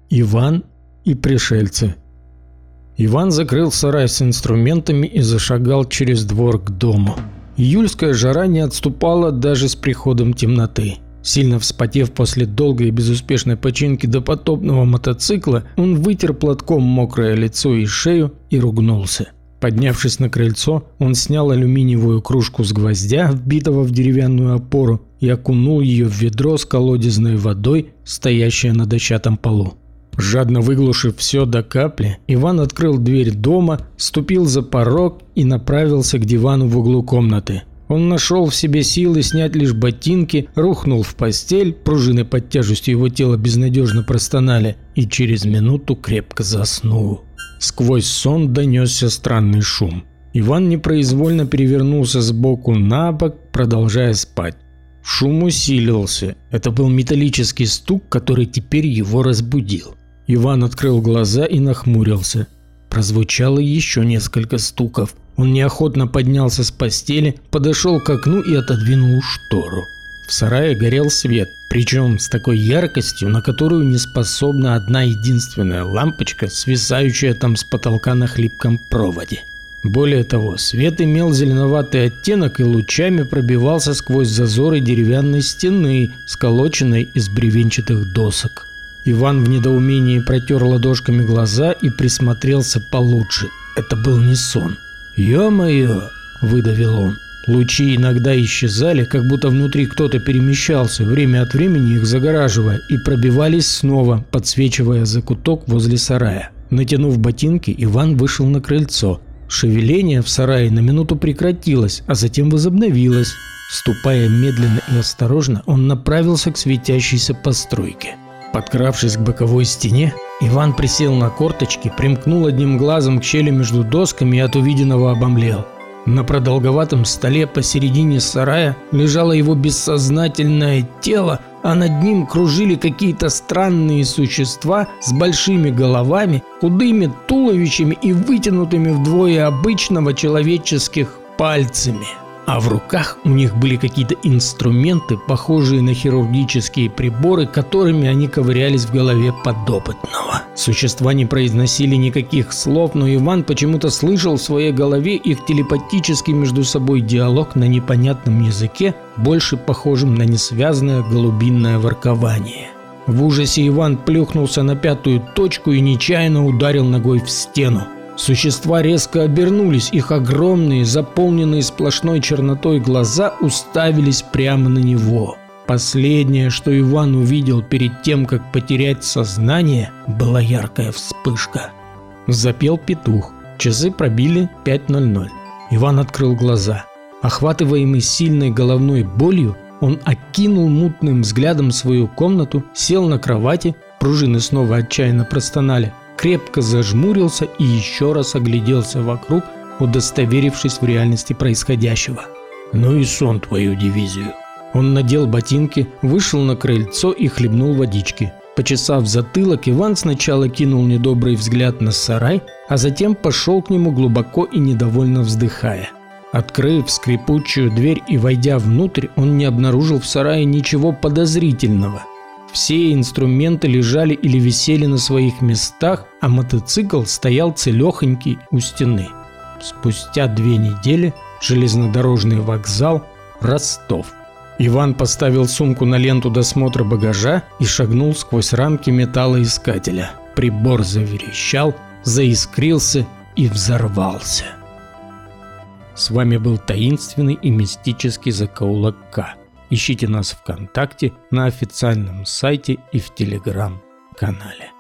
Иван и пришельцы. Иван закрыл сарай с инструментами и зашагал через двор к дому. Июльская жара не отступала даже с приходом темноты. Сильно вспотев после долгой и безуспешной починки допотопного мотоцикла, он вытер платком мокрое лицо и шею и ругнулся. Поднявшись на крыльцо, он снял алюминиевую кружку с гвоздя, вбитого в деревянную опору, и окунул ее в ведро с колодезной водой, стоящее на дощатом полу. Жадно выглушив все до капли, Иван открыл дверь дома, ступил за порог и направился к дивану в углу комнаты. Он нашел в себе силы снять лишь ботинки, рухнул в постель, пружины под тяжестью его тела безнадежно простонали, и через минуту крепко заснул. Сквозь сон донесся странный шум. Иван непроизвольно перевернулся сбоку на бок, продолжая спать. Шум усилился. Это был металлический стук, который теперь его разбудил. Иван открыл глаза и нахмурился. Прозвучало еще несколько стуков. Он неохотно поднялся с постели, подошел к окну и отодвинул штору. В сарае горел свет, причем с такой яркостью, на которую не способна одна единственная лампочка, свисающая там с потолка на хлипком проводе. Более того, свет имел зеленоватый оттенок и лучами пробивался сквозь зазоры деревянной стены, сколоченной из бревенчатых досок. Иван в недоумении протер ладошками глаза и присмотрелся получше. Это был не сон. «Ё-моё!» – выдавил он. Лучи иногда исчезали, как будто внутри кто-то перемещался, время от времени их загораживая, и пробивались снова, подсвечивая закуток возле сарая. Натянув ботинки, Иван вышел на крыльцо. Шевеление в сарае на минуту прекратилось, а затем возобновилось. Ступая медленно и осторожно, он направился к светящейся постройке. Подкравшись к боковой стене, Иван присел на корточки, примкнул одним глазом к щели между досками и от увиденного обомлел. На продолговатом столе посередине сарая лежало его бессознательное тело, а над ним кружили какие-то странные существа с большими головами, худыми туловищами и вытянутыми вдвое обычного человеческих пальцами. А в руках у них были какие-то инструменты, похожие на хирургические приборы, которыми они ковырялись в голове подопытного. Существа не произносили никаких слов, но Иван почему-то слышал в своей голове их телепатический между собой диалог на непонятном языке, больше похожим на несвязное голубиное воркование. В ужасе Иван плюхнулся на пятую точку и нечаянно ударил ногой в стену. Существа резко обернулись, их огромные, заполненные сплошной чернотой глаза уставились прямо на него. Последнее, что Иван увидел перед тем, как потерять сознание, была яркая вспышка. Запел петух. Часы пробили 5:00. Иван открыл глаза. Охватываемый сильной головной болью, он окинул мутным взглядом свою комнату, сел на кровати, пружины снова отчаянно простонали, крепко зажмурился и еще раз огляделся вокруг, удостоверившись в реальности происходящего. «Ну и сон твою дивизию». Он надел ботинки, вышел на крыльцо и хлебнул водички. Почесав затылок, Иван сначала кинул недобрый взгляд на сарай, а затем пошел к нему глубоко и недовольно вздыхая. Открыв скрипучую дверь и войдя внутрь, он не обнаружил в сарае ничего подозрительного. Все инструменты лежали или висели на своих местах, а мотоцикл стоял целехонький у стены. Спустя 2 недели железнодорожный вокзал, Ростов. Иван поставил сумку на ленту досмотра багажа и шагнул сквозь рамки металлоискателя. Прибор заверещал, заискрился и взорвался. С вами был таинственный и мистический закоулок К. Ищите нас ВКонтакте, на официальном сайте и в Телеграм-канале.